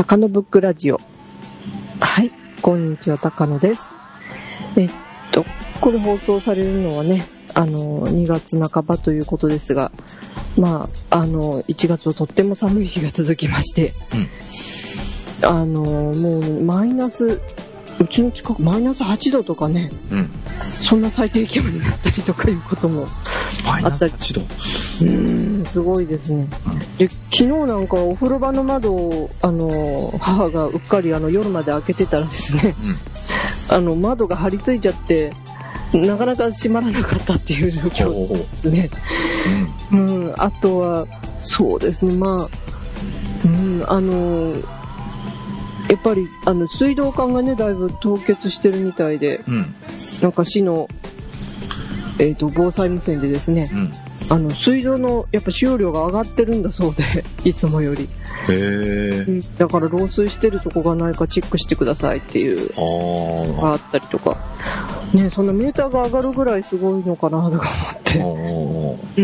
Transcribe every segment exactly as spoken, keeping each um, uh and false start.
高野ブックラジオ。はい、こんにちは、高野です。えっとこれ放送されるのはね、あのにがつなかばということですが、まああのいちがつはとっても寒い日が続きまして、うん、あのもうマイナスうちの近くマイナスはちどとかね、うん、そんな最低気温になったりとかいうこともあったり。マイナスはちど、うーん、すごいですね、うん、で昨日なんかお風呂場の窓をあの母がうっかりあの夜まで開けてたらですね、うん、あの窓が張り付いちゃってなかなか閉まらなかったっていう状況ですね、うんうん、あとはそうですね、まあ、うん、あのやっぱりあの水道管がねだいぶ凍結してるみたいで、うん、なんか市の、えーと、防災無線でですね、うん、あの水道のやっぱ使用量が上がってるんだそうでいつもより。へー、だから漏水してるとこがないかチェックしてくださいっていうのがあったりとかね、そんなメーターが上がるぐらいすごいのかなとか思って、うん、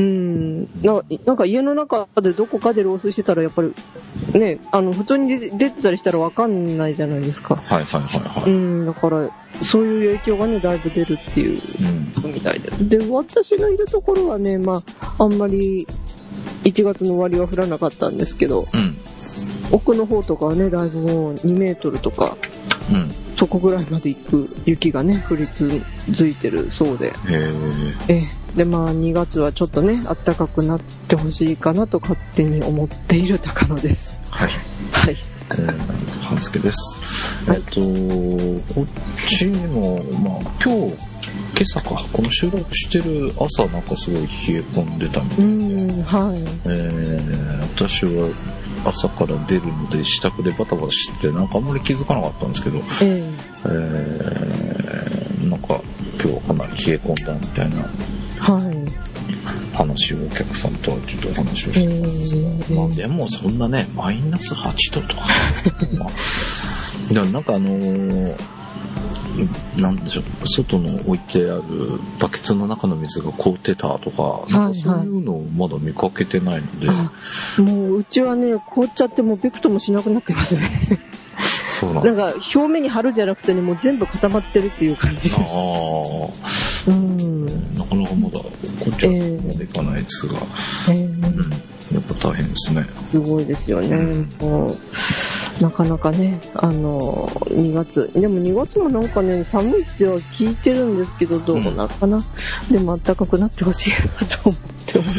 な, なんか家の中でどこかで漏水してたらやっぱりね、あの普通に出てたりしたら分かんないじゃないですか。はいはいはいはい、うん、だからそういう影響がねだいぶ出るっていうみたいで、うん、で私のいるところはね、まああんまりいちがつの終わりは降らなかったんですけど、うん、奥の方とかはねだいぶもうにメートルとか、うん、そこぐらいまで行く雪がね降り続いてるそうで、へえでまあにがつはちょっとね暖かくなってほしいかなと勝手に思っている高野です。はいはい、えー、 半助です。はい、えっとこっちもまあ今日今朝かこの収録してる朝なんかすごい冷え込んでたみたいで、うん、はい、えー、私は朝から出るので支度でバタバタしてなんかあんまり気づかなかったんですけど、えーえー、なんか今日はかなり冷え込んだみたいな話をお客さんとはちょっとお話をしてたんですが、えー、まあでもそんなねマイナスはちどとか、まあ、でもなんかあのーなんでしょう、外の置いてあるバケツの中の水が凍ってたとか、なんかそういうのをまだ見かけてないので、はいはい、 もううちはね凍っちゃってもうびくともしなくなってますね。そうなんだ。なんか表面に貼るじゃなくてねもう全部固まってるっていう感じです。ああ、うん、 なかなかまだ凍っちゃうまでいかないですが、えーうん、やっぱ大変ですね。 すごいですよね、うん、もうなかなかね、あのー、にがつでもにがつもなんかね寒いっては聞いてるんですけどどうなのかな、うん、でも暖かくなってほしいなと思っております。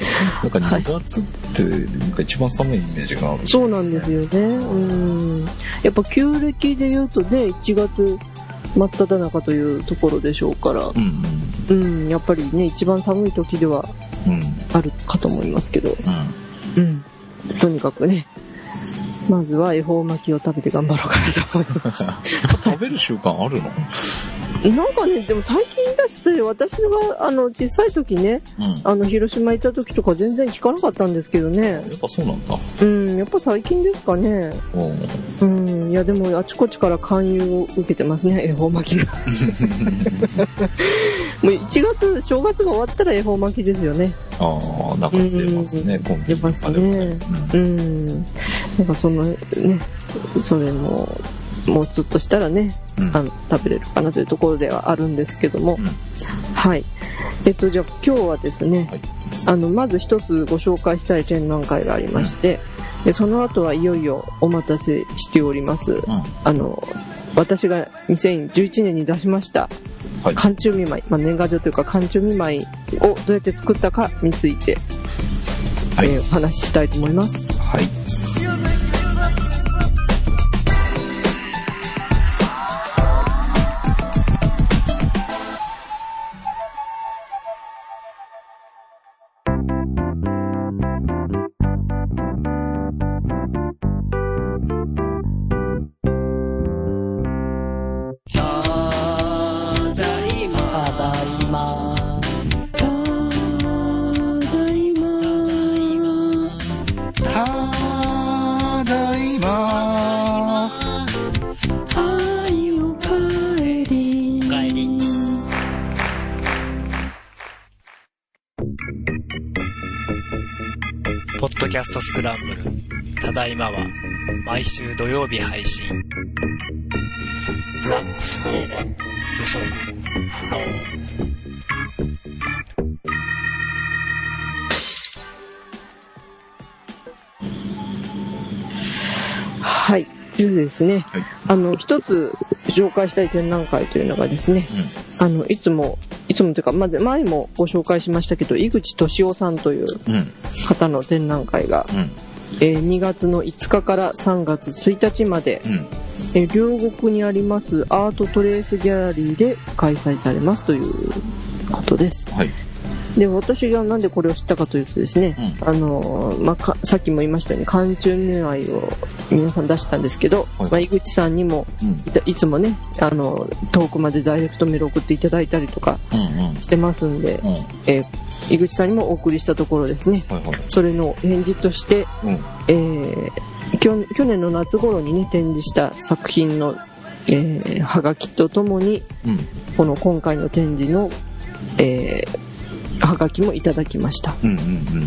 なんかにがつってなんか一番寒いイメージがある、ね、 そうなんですよね、うん、やっぱ旧暦で言うとねいちがつ真っ只中というところでしょうから、うんうんうん、やっぱりね一番寒い時ではあるかと思いますけど、うんうん、とにかくねまずは恵方巻きを食べて頑張ろうかなと思います。 食べる習慣あるの？ なんかねでも最近だして私があの小さい時ね、うん、あの広島行った時とか全然聞かなかったんですけどね。やっぱそうなんだ。 うんやっぱ最近ですかね。うんいやでもあちこちから勧誘を受けてますね恵方巻きが。もういちがつ正月が終わったら恵方巻きですよね。 ああなんか出ますね、うん、コンビニとかでもね。うん、うん、 なんかそのねそれももうずっとしたらね、うん、あの食べれるかなというところではあるんですけども、うん、はいえっとじゃあ今日はですね、はい、あのまず一つご紹介したい展覧会がありまして、うん、でその後はいよいよお待たせしております、うん、あの私がにせんじゅういちねんに出しました寒中見舞い、まあ、年賀状というか寒中見舞いをどうやって作ったかについて、はいえー、お話ししたいと思います。はい。 ポッドキャストスクランブルただいまは毎週土曜日配信。ブラックスコーバー予測不能。 はい。でですね、 はい、 あの、一つ紹介したい展覧会というのがですね、うん、あの、いつも、いつもというか、まず前もご紹介しましたけど、井口俊夫さんという方の展覧会が、うん、えー、にがつのいつかからさんがつついたちまで、うん、えー、両国にありますアートトレースギャラリーで開催されますということです。はい。で、私がなんでこれを知ったかというとですね、うん、あの、まあ、か、さっきも言いましたように、寒中恋愛を皆さん出したんですけど、はい、まあ、井口さんにも、うん、い, いつもね、あの、遠くまでダイレクトメール送っていただいたりとかしてますんで、うんうん、えー、井口さんにもお送りしたところですね、はいはい、それの返事として、うん、えー、去, 去年の夏頃にね、展示した作品の、えー、はがきとともに、うん、この今回の展示の、えーはがきもいただきました、うんうんうん、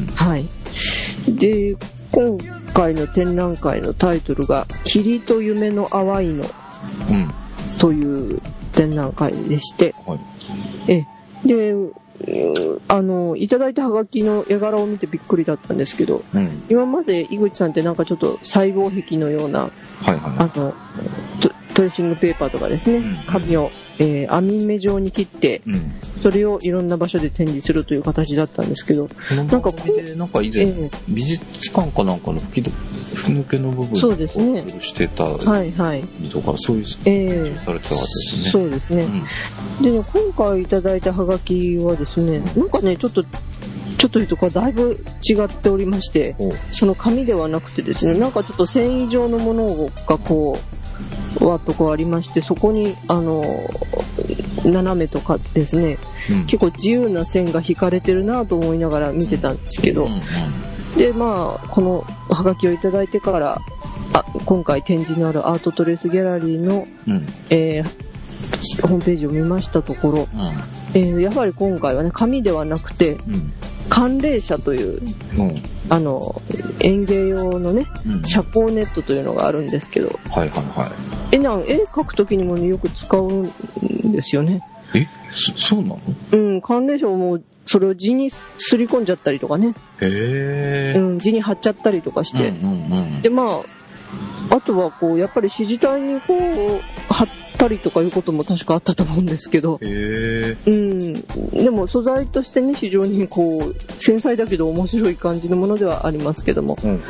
はい。で、今回の展覧会のタイトルが霧と夢の淡いの、うん、という展覧会でして、はい、えで、あのいただいたはがきの絵柄を見てびっくりだったんですけど、うん、今まで井口さんってなんかちょっと細胞壁のような、はいはい、あのトレーシングペーパーとかですね、うん、紙を、えー、網目状に切って、うん、それをいろんな場所で展示するという形だったんですけど、 なんかこうなんか以前、えー、美術館かなんかの吹き抜けの部分そうですねしてたりとか、 はいはい、 そういう、えー、されてたわけですね。 そうですね、うん、でね、今回いただいたハガキはですね、うん、なんかねちょっとちょっと言うとこだいぶ違っておりまして、その紙ではなくてですね、なんかちょっと繊維状のものがこうわっとこうありまして、そこにあの斜めとかですね、うん、結構自由な線が引かれてるなと思いながら見てたんですけど、うんうんうん、でまあこのハガキをいただいてからあ今回展示のあるアートトレースギャラリーの、うん、えー、ホームページを見ましたところ、うん、えー、やはり今回はね紙ではなくて、うん、寒冷写という、うん、あの園芸用のね、うん、遮光ネットというのがあるんですけど、 はいはいはい、 絵なん絵描くときにも、ね、よく使うんですよね。 え、そ、そうなの？ うん、寒冷写をもうそれを字にすり込んじゃったりとかね。 へー。 うん、字に貼っちゃったりとかして、うんうんうん、でまああとはこうやっぱり支持体にこう貼ったりとかいうことも確かあったと思うんですけど、 へー。 うん、でも素材としてね非常にこう繊細だけど面白い感じのものではありますけども、うんうんうん、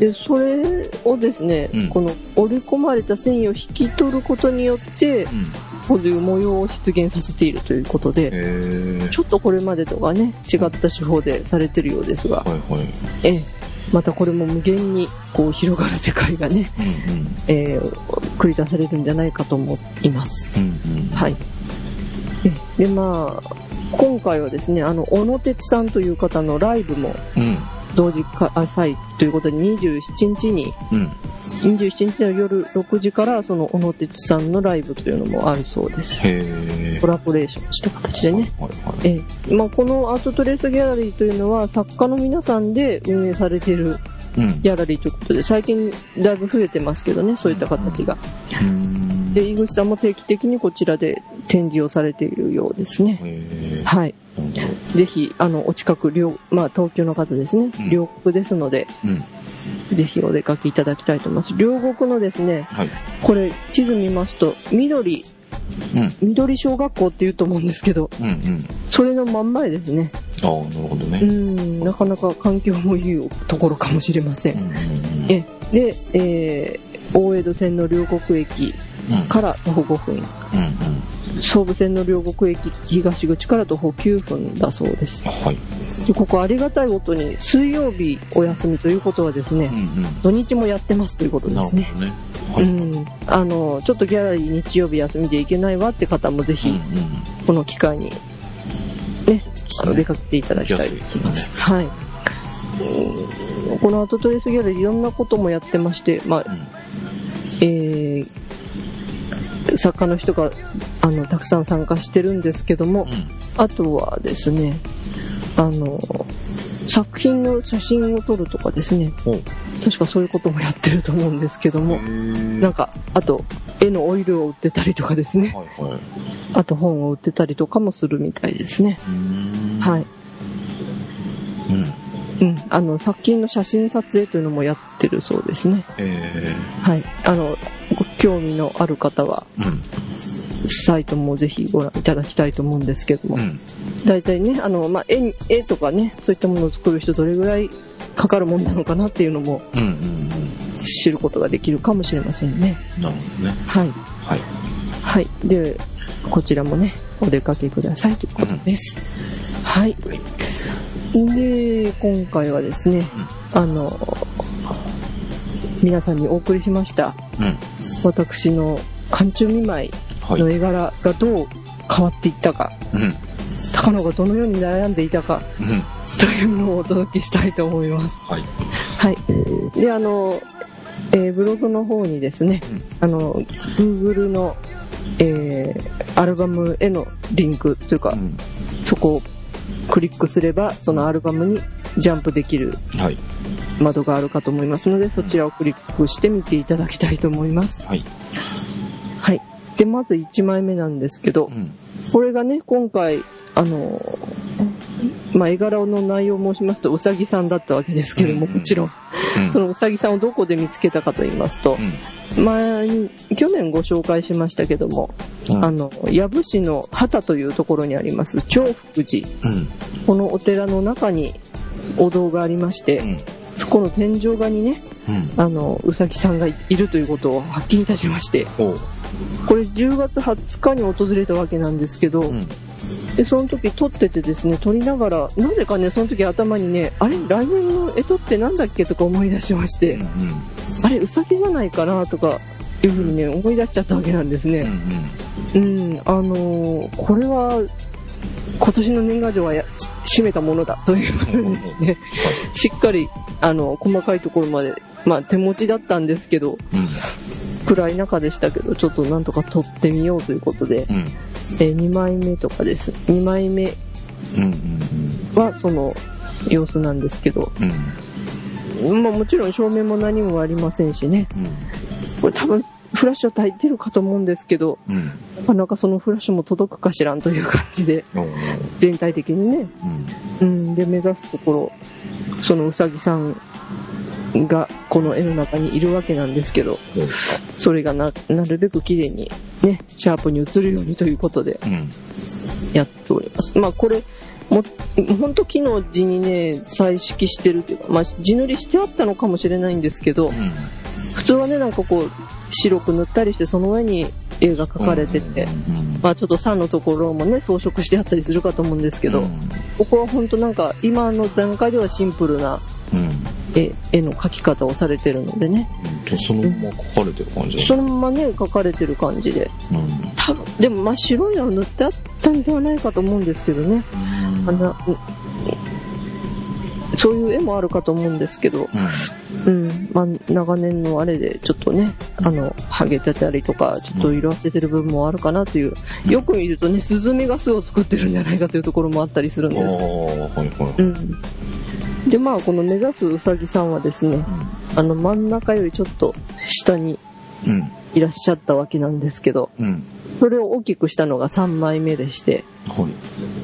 でそれをですね、うん、この織り込まれた繊維を引き取ることによって、うん、こういう模様を出現させているということで、ちょっとこれまでとはね違った手法でされてるようですが、はいはい、えまたこれも無限にこう広がる世界がね、うんうん、えー、繰り出されるんじゃないかと思います、うんうん、はい。でまあ今回はですね、あの小野哲さんという方のライブも同時開催ということでにじゅうしちにちに、うん、にじゅうしちにちの夜ろくじからその小野哲さんのライブというのもあるそうです。 へコラボレーションした形でね、はいはい、えまあ、このアートトレースギャラリーというのは作家の皆さんで運営されているギャラリーということで、最近だいぶ増えてますけどね、そういった形が。うんで井口さんも定期的にこちらで展示をされているようですね。はい。ぜひあのお近く両、まあ、東京の方ですね、うん、両国ですので、うん、ぜひお出かけいただきたいと思います。両国のですね、はい、これ地図見ますと緑、うん、緑小学校っていうと思うんですけど、うんうん、それの真ん前ですね。 ああ、なるほどね。 うん、なかなか環境もいいところかもしれません。うんうんうん、えで、えー、大江戸線の両国駅から徒歩ごふん、うんうん、総武線の両国駅東口から徒歩きゅうふんだそうです。はい。でここありがたいことに水曜日お休みということはですね、うんうん、土日もやってますということですね。なるほどね。はい、うん、あのちょっとギャラリー日曜日休みで行けないわって方もぜひ、うんうん、この機会にね、あの出かけていただきたいと思います。はい。うん、このアートトレースギャラリーいろんなこともやってまして、まあ、うん、えー作家の人があのたくさん参加してるんですけども、うん、あとはですね、あの作品の写真を撮るとかですね、 確かそういうこともやってると思うんですけども、なんかあと絵のオイルを売ってたりとかですね、はいはい、あと本を売ってたりとかもするみたいですね。うーん、はい、うんうん、あの作品の写真撮影というのもやってるそうですね。えー、はい、あのご興味のある方は、うん、サイトもぜひご覧いただきたいと思うんですけども、うん、だいたいね、あの、まあ、絵、絵とかね、そういったものを作る人どれぐらいかかるもんなのかなっていうのも、うんうんうん、知ることができるかもしれませんね。 なるほどね。 はい。はい。はい。で、こちらもね、お出かけくださいということです。うん、はい。で、今回はですね、うん、あの、皆さんにお送りしました、うん、私の寒中見舞いの絵柄がどう変わっていったか、うん、高野がどのように悩んでいたか、うん、というのをお届けしたいと思います。はい。はい。で、あの、えー、ブログの方にですね、うん、あの、Google の、えー、アルバムへのリンクというか、うん、そこをクリックすれば、そのアルバムにジャンプできる窓があるかと思いますので、そちらをクリックして見ていただきたいと思います。はい。はい。で、まずいちまいめなんですけど、うん、これがね、今回、あの、まあ、絵柄の内容を申しますと、うさぎさんだったわけですけども、うんうん、もちろん、うん、そのうさぎさんをどこで見つけたかと言いますと、うん、前に、去年ご紹介しましたけども、うん、あの、藪市の畑というところにあります、長福寺、うん、このお寺の中にお堂がありまして、うん、そこの天井画にね、うん、あの、うさぎさんがいるということを発見いたしまして、これじゅうがつはつかに訪れたわけなんですけど、うん、でその時撮っててですね、撮りながらなぜかね、その時頭にね、あれ来年の干支ってなんだっけとか思い出しまして、うんうん、あれうさぎじゃないかなとかいうふうにね思い出しちゃったわけなんですね。うん、うん、あのー、これは今年の年賀状はや締めたものだということでですね、しっかりあの細かいところまで、まあ、手持ちだったんですけど、うん、暗い中でしたけどちょっとなんとか撮ってみようということで、うん、えにまいめとかですにまいめはその様子なんですけど、うん、まあ、もちろん照明も何もありませんしね、うん、これ多分フラッシュは焚いてるかと思うんですけど、うん、なかなかそのフラッシュも届くかしらんという感じで、うん、全体的にね、うんうん、で目指すところそのうさぎさんがこの絵の中にいるわけなんですけど、うん、それが な, なるべく綺麗にねシャープに映るようにということでやっております。まあこれも本当木の地にね彩色してるというか、まあ、地塗りしてあったのかもしれないんですけど、うん、普通はねなんかこう白く塗ったりしてその上に絵が描かれてて、うんうんうん、まあちょっとさんのところもね装飾してあったりするかと思うんですけど、うん、ここは本当なんか今の段階ではシンプルな絵、絵の描き方をされてるのでね、 うん、そのまま描かれてる感じ、 うん、そのままね描かれてる感じで、うん、多分でも真っ白いのを塗ってあったんではないかと思うんですけどね、うん、あのそういう絵もあるかと思うんですけど、うん、うん、まあ、長年のあれでちょっとね、あの、剥げてたりとか、ちょっと色あせてる部分もあるかなという、うん、よく見るとね、スズメが巣を作ってるんじゃないかというところもあったりするんです。はいはい、うん。で、まあ、この目指すうさぎさんはですね、うん、あの、真ん中よりちょっと下にいらっしゃったわけなんですけど、うん、それを大きくしたのがさんまいめでして、はい、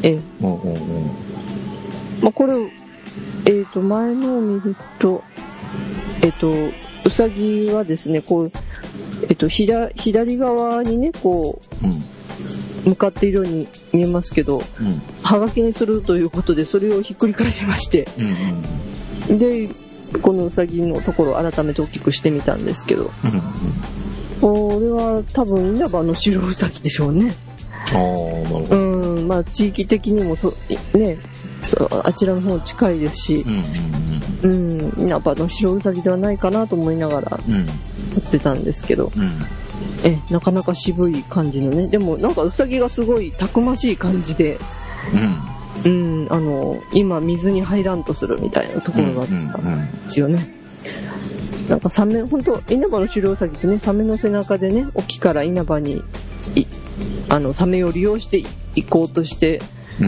え、うんうんうん、まあ、これ、えーと、前のを見ると、えっ、ー、と、うさぎはですね、こう、えっ、ー、と、左、左側にね、こう、うん、向かっているように見えますけど、うん、はがきにするということで、それをひっくり返しまして、うんうん、で、このうさぎのところを改めて大きくしてみたんですけど、うんうん、これは多分稲葉の白うさぎでしょうね。ああ、なるほど。うん、まあ地域的にもそ、ね、そうあちらの方近いですし、うんうんうんうん、稲葉の白うさぎではないかなと思いながら撮ってたんですけど、うん、えなかなか渋い感じのね、でもなんかうさぎがすごいたくましい感じで、うんうん、あの今水に入らんとするみたいなところがあったんですよね。うんうんうん、なんかサメ、本当稲葉の白うさぎってね、サメの背中でね、沖から稲葉にあのサメを利用して行こうとして、うん、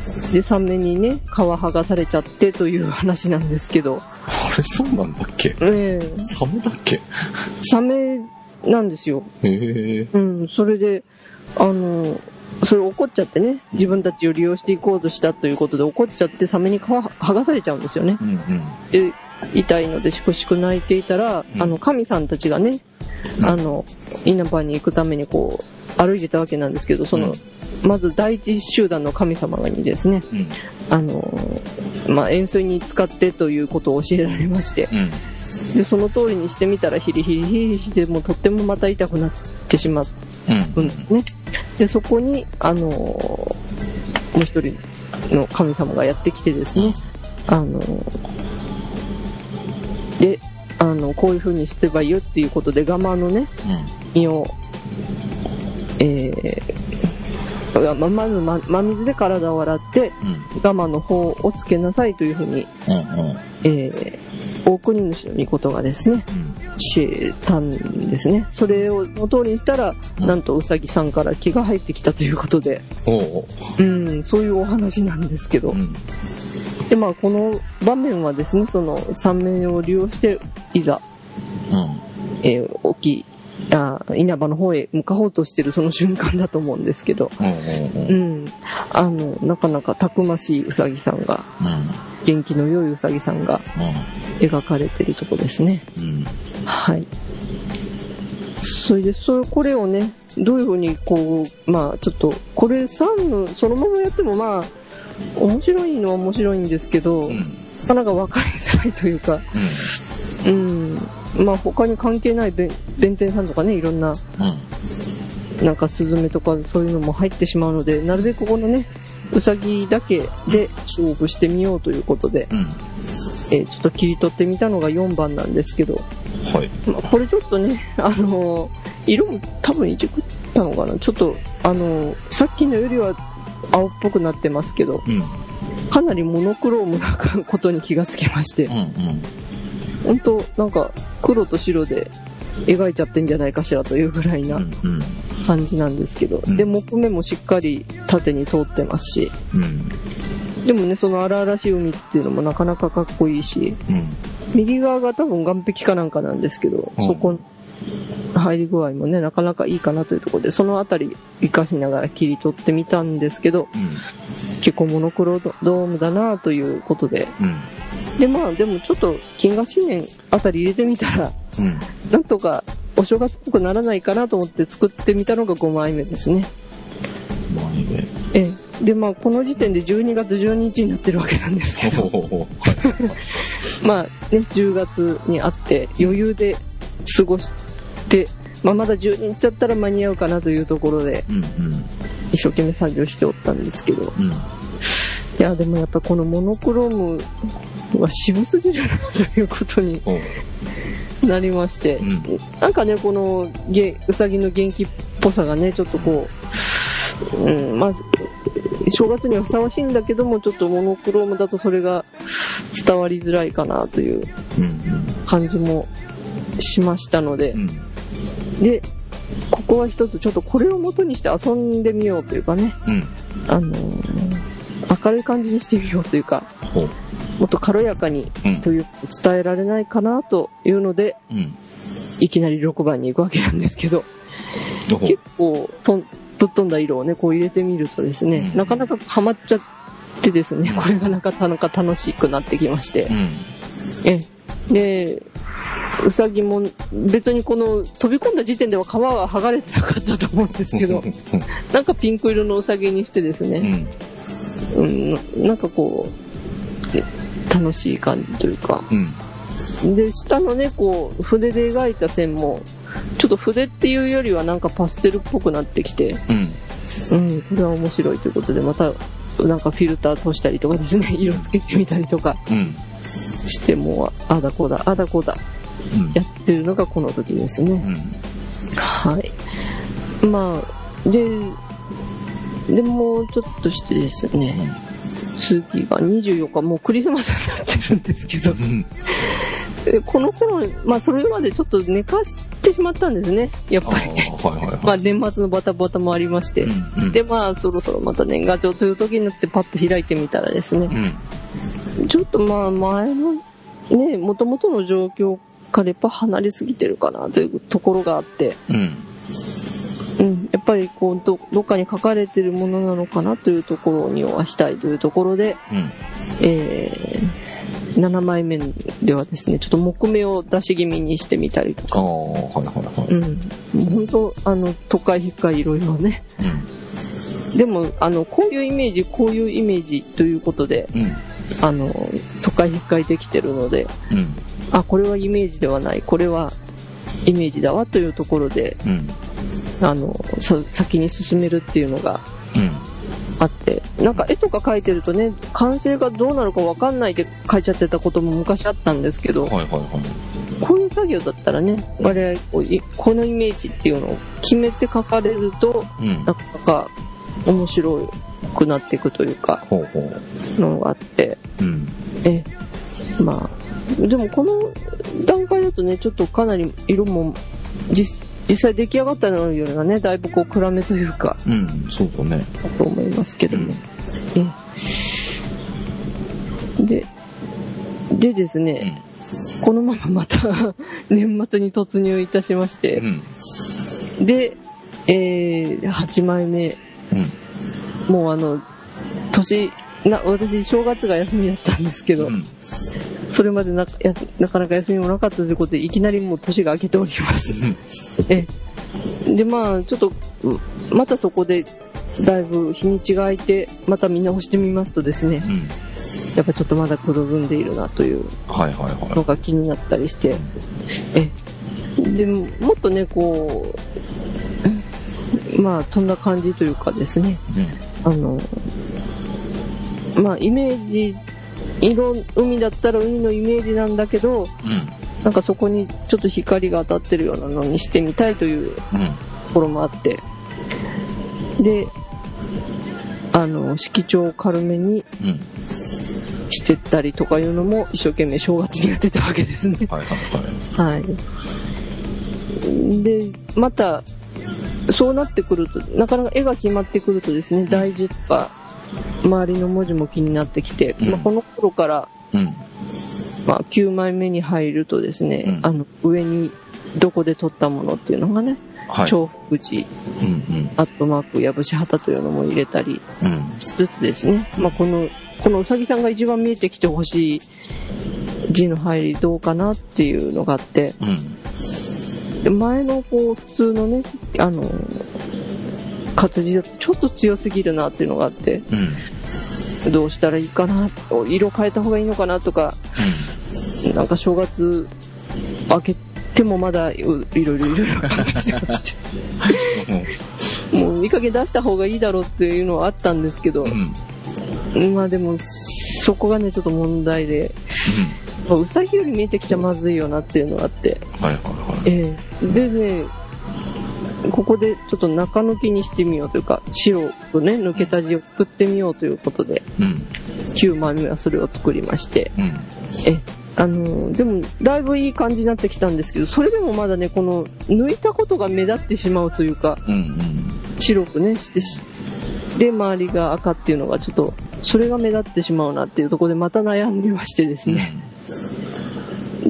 で、サメにね、皮剥がされちゃってという話なんですけど。 あれ、そうなんだっけ？ ええ。 サメだっけ？ サメなんですよ。 へえ。 うん、それで、あの、それ怒っちゃってね、自分たちを利用していこうとしたということで怒っちゃってサメに皮剥がされちゃうんですよね。 うんうん、 で、痛いのでしこしこ泣いていたら、うん、あの、神さんたちがね、うん、あの、稲葉に行くためにこう、歩いてたわけなんですけど、その、うん、まず第一集団の神様にですね、うん、あの、まあ、塩水に使ってということを教えられまして、うん、で、その通りにしてみたらヒリヒリヒリしてもとってもまた痛くなってしまうんですね。うん、で、そこに、あの、もう一人の神様がやってきてですね、あの、で、あの、こういう風にしてばいいよっていうことで、ガマのね、身を、えー、ま、まず、ま、真水で体を洗って、うん、ガマの方をつけなさいという風に、うんうん、えー、大国主の御事がですね、うん、教えたんですね。それをの通りにしたら、うん、なんとウサギさんから気が入ってきたということで、うん、そういうお話なんですけど、うん、で、まあ、この場面はですね、そのサメを利用していざ、うん、えー、沖あ稲葉の方へ向かおうとしてるその瞬間だと思うんですけど、うん、うん、あのなかなかたくましいウサギさんが、うん、元気の良いウサギさんが描かれてるとこですね、うん、はい。それでそれこれをね、どういう風にこう、まあちょっとこれさんのそのままやってもまあ面白いのは面白いんですけど、うん、なかなか分かりづらいというか、うん、うん、まあ他に関係ない弁天さんとかね、いろんな、うん、なんかスズメとかそういうのも入ってしまうので、なるべくこのねウサギだけで勝負してみようということで、うん、えー、ちょっと切り取ってみたのがよんばんなんですけど、はい、まあ、これちょっとね、あのー、色も多分いじくったのかな、ちょっとあのー、さっきのよりは青っぽくなってますけど、うん、かなりモノクロームなことに気がつきまして、うんうん、本当なんか黒と白で描いちゃってんじゃないかしらというぐらいな感じなんですけど、うんうん、で木目もしっかり縦に通ってますし、うん、でもね、その荒々しい海っていうのもなかなかかっこいいし、うん、右側が多分岸壁かなんかなんですけど、うん、そこ入り具合もねなかなかいいかなというところで、そのあたり活かしながら切り取ってみたんですけど、うん、結構モノクロドームだなということで、うん、でまあでもちょっと金河新年あたり入れてみたら、うん、なんとかお正月っぽくならないかなと思って作ってみたのがごまいめですね。 ごまいめ。 ええ、でまあこの時点でじゅうにがつじゅうににちになってるわけなんですけどまあね、じゅうがつにあって余裕で過ごして、まあ、まだじゅうににちだったら間に合うかなというところで、うんうん、一生懸命作業しておったんですけど、うん、いやでもやっぱこのモノクロームは渋すぎるなということになりまして、うん、なんかねこのうさぎの元気っぽさがねちょっとこう、うん、まあ正月にはふさわしいんだけども、ちょっとモノクロームだとそれが伝わりづらいかなという感じもしましたので、うん、でここは一つちょっとこれを元にして遊んでみようというかね、うん、あのー、明るい感じにしてみようというか、うん、もっと軽やかにという伝えられないかなというので、うん、いきなりろくばんに行くわけなんですけど、結構とんぶっ飛んだ色をねこう入れてみるとですね、うん、なかなかハマっちゃってですね、これがなかなか楽しくなってきまして、うん、えでうさぎも別にこの飛び込んだ時点では皮は剥がれてなかったと思うんですけどなんかピンク色のうさぎにしてですね、うん、うん、なんかこう楽しい感じというか、うん、で下のねこう筆で描いた線もちょっと筆っていうよりはなんかパステルっぽくなってきて、うん、うん、これは面白いということで、またなんかフィルター通したりとかですね、色つけてみたりとかしても、あだこうだあだこうだやってるのがこの時ですね、うん、はい。まあででもちょっとしてですね、次がにじゅうよっか、もうクリスマスになってるんですけど、うん、この頃、まあそれまでちょっと寝かしてしまったんですね、やっぱり。はいはいはい、まあ年末のバタバタもありまして。うんうん、で、まあそろそろまた年賀状という時になってパッと開いてみたらですね、うん、ちょっとまあ前のね、元々の状況からやっぱ離れすぎてるかなというところがあって、うんうん、やっぱりこう ど, どっかに書かれてるものなのかなというところにはしたいというところで、うんえー、ななまいめではですねちょっと木目を出し気味にしてみたりとか、あ、はいはいはい、うん、本当あの都会引っかいいろいろね、うん、でもあのこういうイメージこういうイメージということで、うん、あの都会引っかいできてるので、うん、あこれはイメージではないこれはイメージだわというところで、うんあの先に進めるっていうのがあって、うん、なんか絵とか描いてるとね完成がどうなるか分かんないで描いちゃってたことも昔あったんですけど、はいはいはい、こういう作業だったらね我々このイメージっていうのを決めて描かれると、うん、なかなか面白くなっていくというかのがあって、うん、えまあでもこの段階だとねちょっとかなり色も実実際出来上がったのよりはねだいぶこう暗めというか、うん、そうだねだと思いますけども、うん、えででですね、うん、このまままた年末に突入いたしまして、うん、で、えー、はちまいめ、うん、もうあの年な私正月が休みだったんですけど、うん、それまで な, やなかなか休みもなかったということでいきなりもう年が明けておりますえでまあちょっとまたそこでだいぶ日にちが空いてまた見直してみますとですね、うん、やっぱちょっとまだ黒ずんでいるなというのが気になったりして、はいはいはい、えでもっとねこうまあそんな感じというかですね、うん、あのまあイメージ色海だったら海のイメージなんだけど、うん、なんかそこにちょっと光が当たってるようなのにしてみたいというところもあって、うん、であの色調を軽めにしてったりとかいうのも一生懸命正月にやってたわけですねはいはいはい、はい、でまたそうなってくるとなかなか絵が決まってくるとですね大事とか周りの文字も気になってきて、うんまあ、この頃から、うんまあ、きゅうまいめに入るとですね、うん、あの上にどこで撮ったものっていうのがね、はい、重複字、うんうん、アットマークやぶし旗というのも入れたりしつつですね、うんまあ、このこのうさぎさんが一番見えてきてほしい字の入りどうかなっていうのがあって、うん、で前のこう普通のねあの活字だとちょっと強すぎるなっていうのがあって、うん、どうしたらいいかな色変えた方がいいのかなとか、うん、なんか正月明けてもまだいろいろいろいろ考えてましてもういい加減出した方がいいだろうっていうのはあったんですけど、うん、まあでもそこがねちょっと問題で、うん、うさぎより見えてきちゃまずいよなっていうのがあって、はいはいはいえー、でねここでちょっと中抜きにしてみようというか白とね抜けた字を作ってみようということで、うん、きゅうまいめはそれを作りまして、うん、えあのでもだいぶいい感じになってきたんですけどそれでもまだねこの抜いたことが目立ってしまうというか、うんうん、白くねしてで周りが赤っていうのがちょっとそれが目立ってしまうなっていうところでまた悩んでましてですね、うん、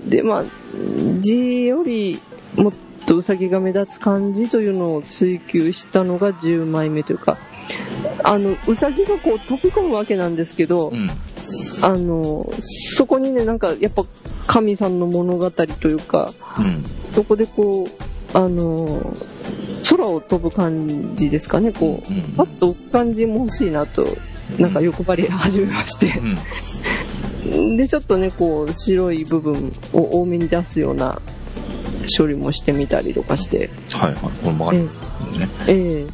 でまあ字よりもうさぎが目立つ感じというのを追求したのがじゅうまいめというかあのうさぎがこう飛び込むわけなんですけど、うん、あのそこにねなんかやっぱ神さんの物語というか、うん、そこでこうあの空を飛ぶ感じですかねこう、うん、パッと浮く感じも欲しいなとなんか欲張り始めまして、うん、でちょっとねこう白い部分を多めに出すような処理もしてみたりとかして、はいはい、これもあるんですね。ええ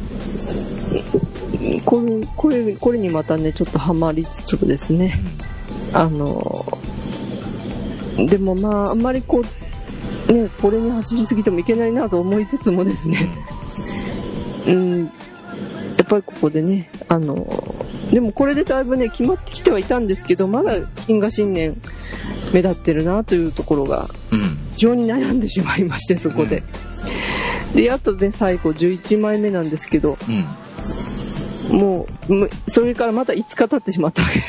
ーうん、これこれこれにまたねちょっとハマりつつですね、うん、あのでもまああんまりこうねこれに走りすぎてもいけないなと思いつつもですね、うん、うん、やっぱりここでねあのでもこれでだいぶね決まってきてはいたんですけどまだ金河新年目立ってるなというところが常に悩んでしまいまして、そこで。うん、で、あとね、最後じゅういちまいめなんですけど、うん、もう、それからまたいつか経ってしまったわけです。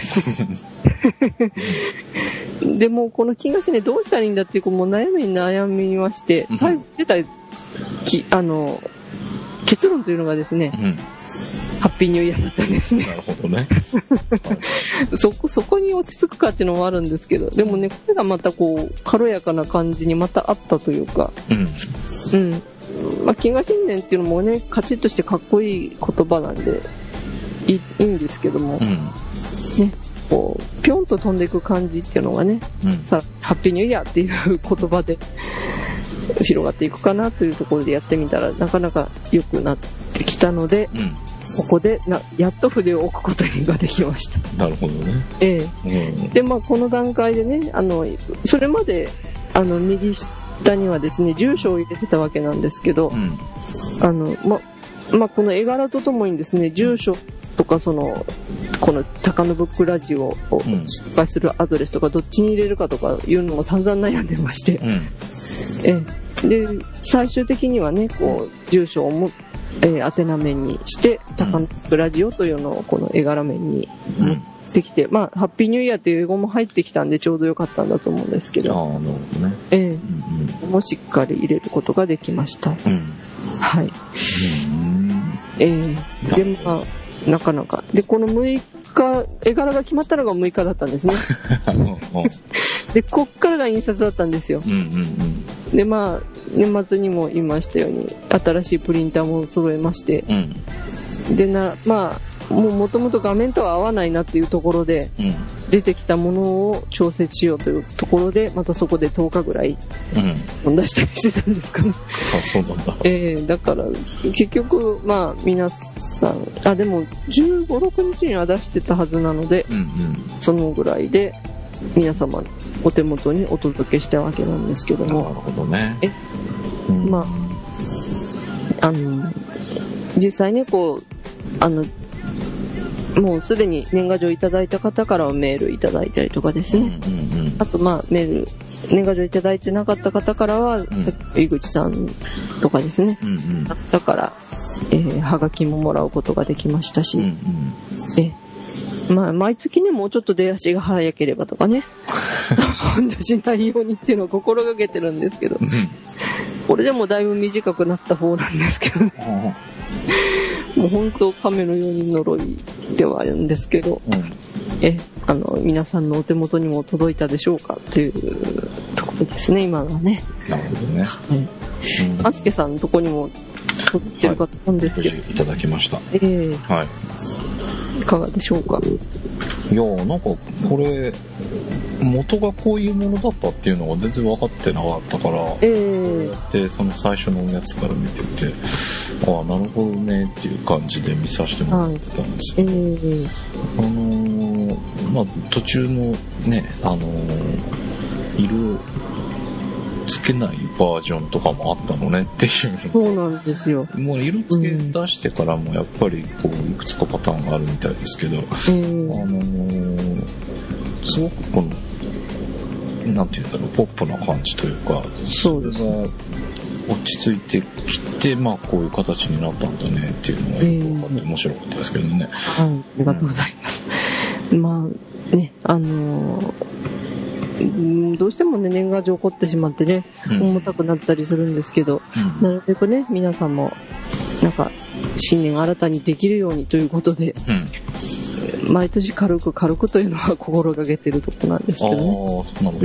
で、もうこの金河シね、どうしたらいいんだっていう、もう悩みに悩みまして、最後出た、きあの、結論というのがですね、うん、ハッピーニューイヤーだったんですね。 なるほどね。 そこ、そこに落ち着くかっていうのもあるんですけど、でもね、これがまたこう、軽やかな感じにまたあったというか、うん。うん。まあ、金河新年っていうのもね、カチッとしてかっこいい言葉なんで、いい、いいんですけども、うん、ね、こう、ぴょんと飛んでいく感じっていうのがね、うん、さ、ハッピーニューイヤーっていう言葉で、広がっていくかなというところでやってみたらなかなか良くなってきたので、うん、ここでなやっと筆を置くことができました。 なるほどね。 ええ、うん、でまあこの段階でね、あのそれまであの右下にはですね住所を入れてたわけなんですけど、うん、あのままあこの絵柄とともにですね住所とかそのこの高野ブックラジオを紹介するアドレスとかどっちに入れるかとかいうのも散々悩んでまして。うん、えで最終的にはねこう住所をも、えー、宛名面にして高野ラジオというのをこの絵柄面に持ってきて、うん、まあハッピーニューイヤーという英語も入ってきたんでちょうどよかったんだと思うんですけど、 あーなるほどね、 えーうんうん、もしっかり入れることができました、うん、はい、うんえー、でまあなかなかでこのむいか絵柄が決まったのがむいかだったんですねでこっからが印刷だったんですよ、うんうんうん、でまあ年末にも言いましたように新しいプリンターも揃えまして、うん、でなまあもう元々画面とは合わないなっていうところで、うん、出てきたものを調節しようというところでまたそこでとおかぐらい出したりしてたんですかね、 うん、あそうなんだ、 えー、だから結局まあ皆さんあでもじゅうご、ろくにちには出してたはずなので、うんうん、そのぐらいで皆様お手元にお届けしたわけなんですけども、 なるほどね。 え、うん、まああの実際ねこうあのもうすでに年賀状いただいた方からはメールいただいたりとかですね、うんうんうん、あとまあメール年賀状いただいてなかった方からは、うん、さっき井口さんとかですね、うんうん、だから、えー、はがきももらうことができましたし、うんうん、えまあ、毎月ねもうちょっと出足が早ければとかね同じ内容にっていうのを心がけてるんですけどこれでもだいぶ短くなった方なんですけどねもう本当亀のように呪いではあるんですけど、うん、えあの皆さんのお手元にも届いたでしょうかというところですね今のはね。 なるほどね。 あつけさんのとこにも届いてるかと思うんですけど、 はい、いただきました。 えー、はいいかがでしょうか。 いやなんかこれ元がこういうものだったっていうのが全然分かってなかったから、えー、でその最初のやつから見ててああなるほどねっていう感じで見させてもらってたんですけど、はいえー、あのー、まあ途中のねあのー、色つけないバージョンとかもあったのねっていう。 そうなんですよ。 もう色つけ出してからもやっぱりこういくつかパターンがあるみたいですけど、うん、あのー、すごくこのなんていうんだろうポップな感じというか、 そうですね。 落ち着いてきてまあこういう形になったんだねっていうのがよく分かって面白かったですけどね。 はい、ありがとうございます。うん、まあねあのー。どうしてもね年賀状起こってしまってね、うん、重たくなったりするんですけど、うん、なるべくね皆さんもなんか新年新たにできるようにということで、うん、毎年軽く軽くというのは心がけてるとこなんですけどね。あ、なるほど。うん、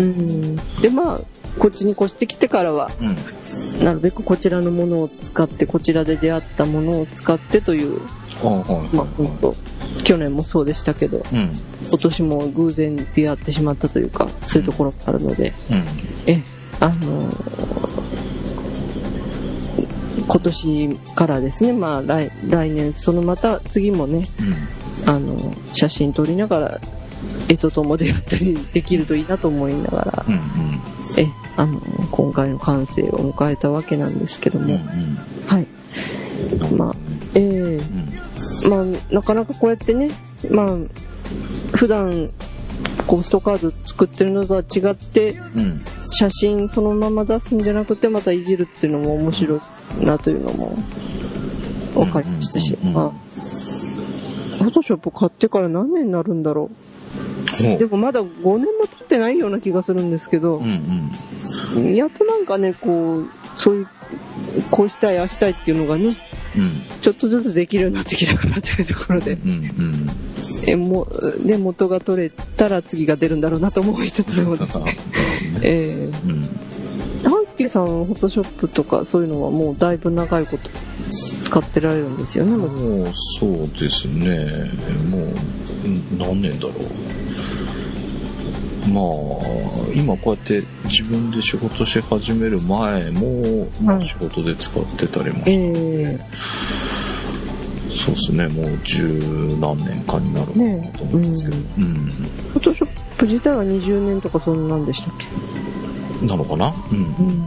でまあこっちに越してきてからは、うん、なるべくこちらのものを使ってこちらで出会ったものを使ってという、あ、まあ本当去年もそうでしたけど、うん、今年も偶然出会ってしまったというかそういうところがあるので、うん、えあのー、今年からですね、まあ、来, 来年そのまた次もね、うん、あの写真撮りながら絵とともでやったりできるといいなと思いながら、うんうん、えあの今回の完成を迎えたわけなんですけども、うんうん、はいまあえーうんまあ、なかなかこうやってね、まあ、普段ポストカード作ってるのとは違って、 うん、 写真そのまま出すんじゃなくてまたいじるっていうのも面白いなというのも分かりましたし、フォトショップ買ってから何年になるんだろう。でもまだごねんも経ってないような気がするんですけど、 うんうん、 やっとなんかね、こうそういうこうしたいああしたいっていうのがね、うん、ちょっとずつできるようになってきたかなというところで、うんうん、えもで元が取れたら次が出るんだろうなと思いつつもですね。えー、うん、半助さんフォトショップとかそういうのはもうだいぶ長いこと使ってられるんですよね。 もうそうですね。もう何年だろう。まあ今こうやって自分で仕事し始める前も、まあ、仕事で使ってたりもして、えー、そうですね。もう十何年かになるのかなと思うんですけど、ね、うんうん、 フォトショップ自体はにじゅうねんとかそんなんでしたっけ。 なのかな、うんうん、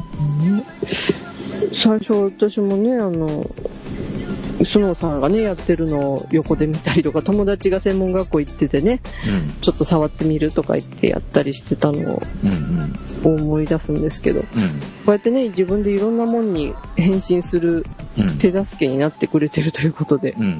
最初私もね、あのスノーさんがねやってるのを横で見たりとか、友達が専門学校行っててね、うん、ちょっと触ってみるとか言ってやったりしてたのを思い出すんですけど、うんうん、こうやってね自分でいろんなもんに変身する手助けになってくれてるということで、うんうんうん、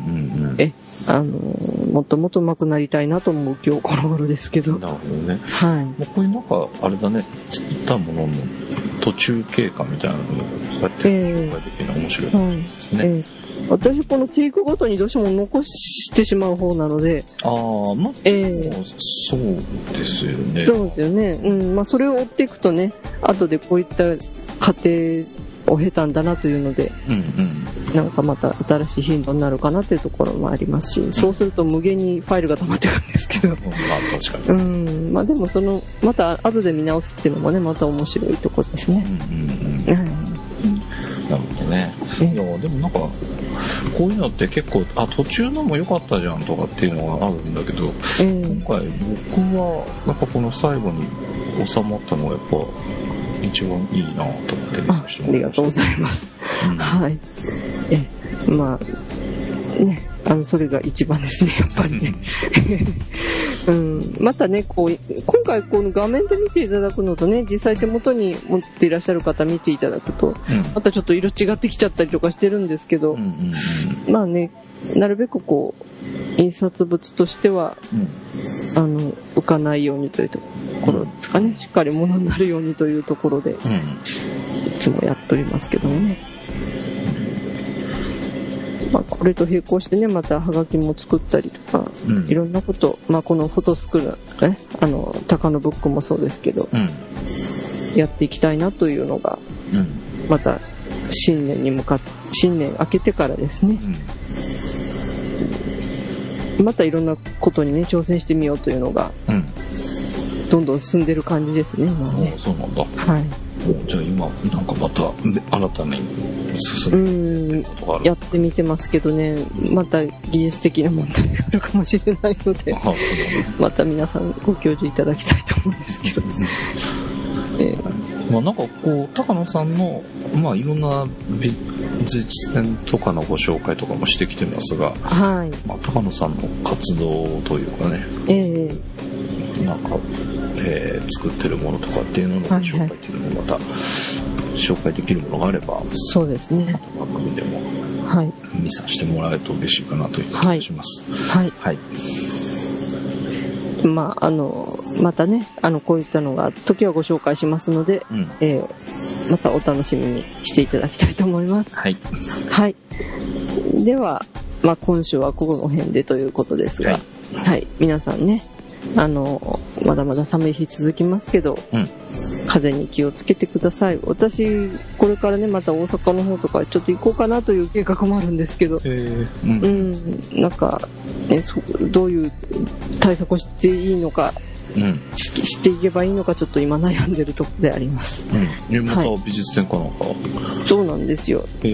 えあのもっともっと上手くなりたいなと思う今日この頃ですけど。 なるほどね。はい。もうこういうなんかあれだね、作ったものの途中経過みたいなのがこうやって紹介できるの面白いですね。えーはいえー私このテイクごとにどうしても残してしまう方なので、 ああ、まあ、えー、そうですよね。 そうですよね。うん、まあそれを追っていくとね、後でこういった過程を経たんだなというので、うんうん、なんかまた新しい頻度になるかなというところもありますし、うん、そうすると無限にファイルが溜まってくるんですけど、まあ確かに。 うん、まあでもそのまた後で見直すっていうのもね、また面白いところですね。うんうんうんうん、 なるほどね。いやでもなんかこういうのって結構あ途中のも良かったじゃんとかっていうのがあるんだけど、えー、今回僕はやっぱこの最後に収まったのがやっぱ一番いいなと思ってあ, ありがとうございます。うん、はい。えまあねあのそれが一番ですねやっぱりね。うん、またねこう今回この画面で見ていただくのとね実際手元に持っていらっしゃる方見ていただくと、うん、またちょっと色違ってきちゃったりとかしてるんですけど、うんうんうん、まあねなるべくこう印刷物としては、うん、あの浮かないようにというところですかね、うん、しっかり物になるようにというところで、うん、いつもやっておりますけどもね。まあ、これと並行してねまたハガキも作ったりとか、うん、いろんなこと、まあ、このフォトスクールねあの高野ブックもそうですけど、うん、やっていきたいなというのが、うん、また新年に向かって新年明けてからですね、うん、またいろんなことにね挑戦してみようというのが、うん、どんどん進んでる感じですね今ね。 そうなんだ。 はい。 じゃあ今なんかまた新たに進むってことがある。 やってみてますけどねまた技術的な問題があるかもしれないので、また皆さんご教授いただきたいと思うんですけど、 えーまあ、なんかこう高野さんの、まあ、いろんな美術展とかのご紹介とかもしてきてますが、はいまあ、高野さんの活動というかね、えー、なんかえー、作ってるものとかっていうのの紹介っていうのもまた紹介できるものがあれば、 そうですね番組でも見させてもらえると嬉しいかなという気がします。はい、はいはい、まああのまたねあのこういったのが時はご紹介しますので、うんえー、またお楽しみにしていただきたいと思います。はい、はい、では、まあ、今週はここの辺でということですが、はい、はい、皆さんねあのまだまだ寒い日続きますけど、うん、風邪に気をつけてください。私これからねまた大阪の方とかちょっと行こうかなという計画もあるんですけど、うんうん、なんか、ね、そどういう対策をしていいのか、うん、し, していけばいいのかちょっと今悩んでるところであります。 うん、また美術展かなんか、はい、 そうなんですよ、うん、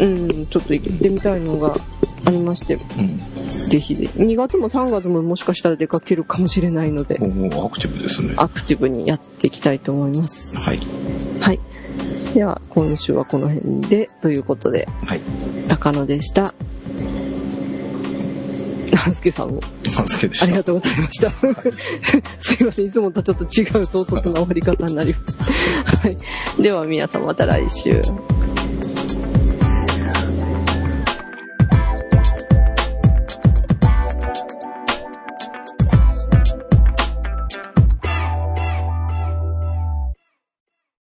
ちょっと行ってみたいのがありまして、うん、ぜひでにがつもさんがつももしかしたら出かけるかもしれないので、 もうアクティブですね。 アクティブにやっていきたいと思います。はい、はい、では今週はこの辺でということで、はい、高野でした。 ナンスケさんも。 ナンスケでした。 ありがとうございました。はい、すいません、いつもとちょっと違う唐突な終わり方になりました。はい。では皆さんまた来週。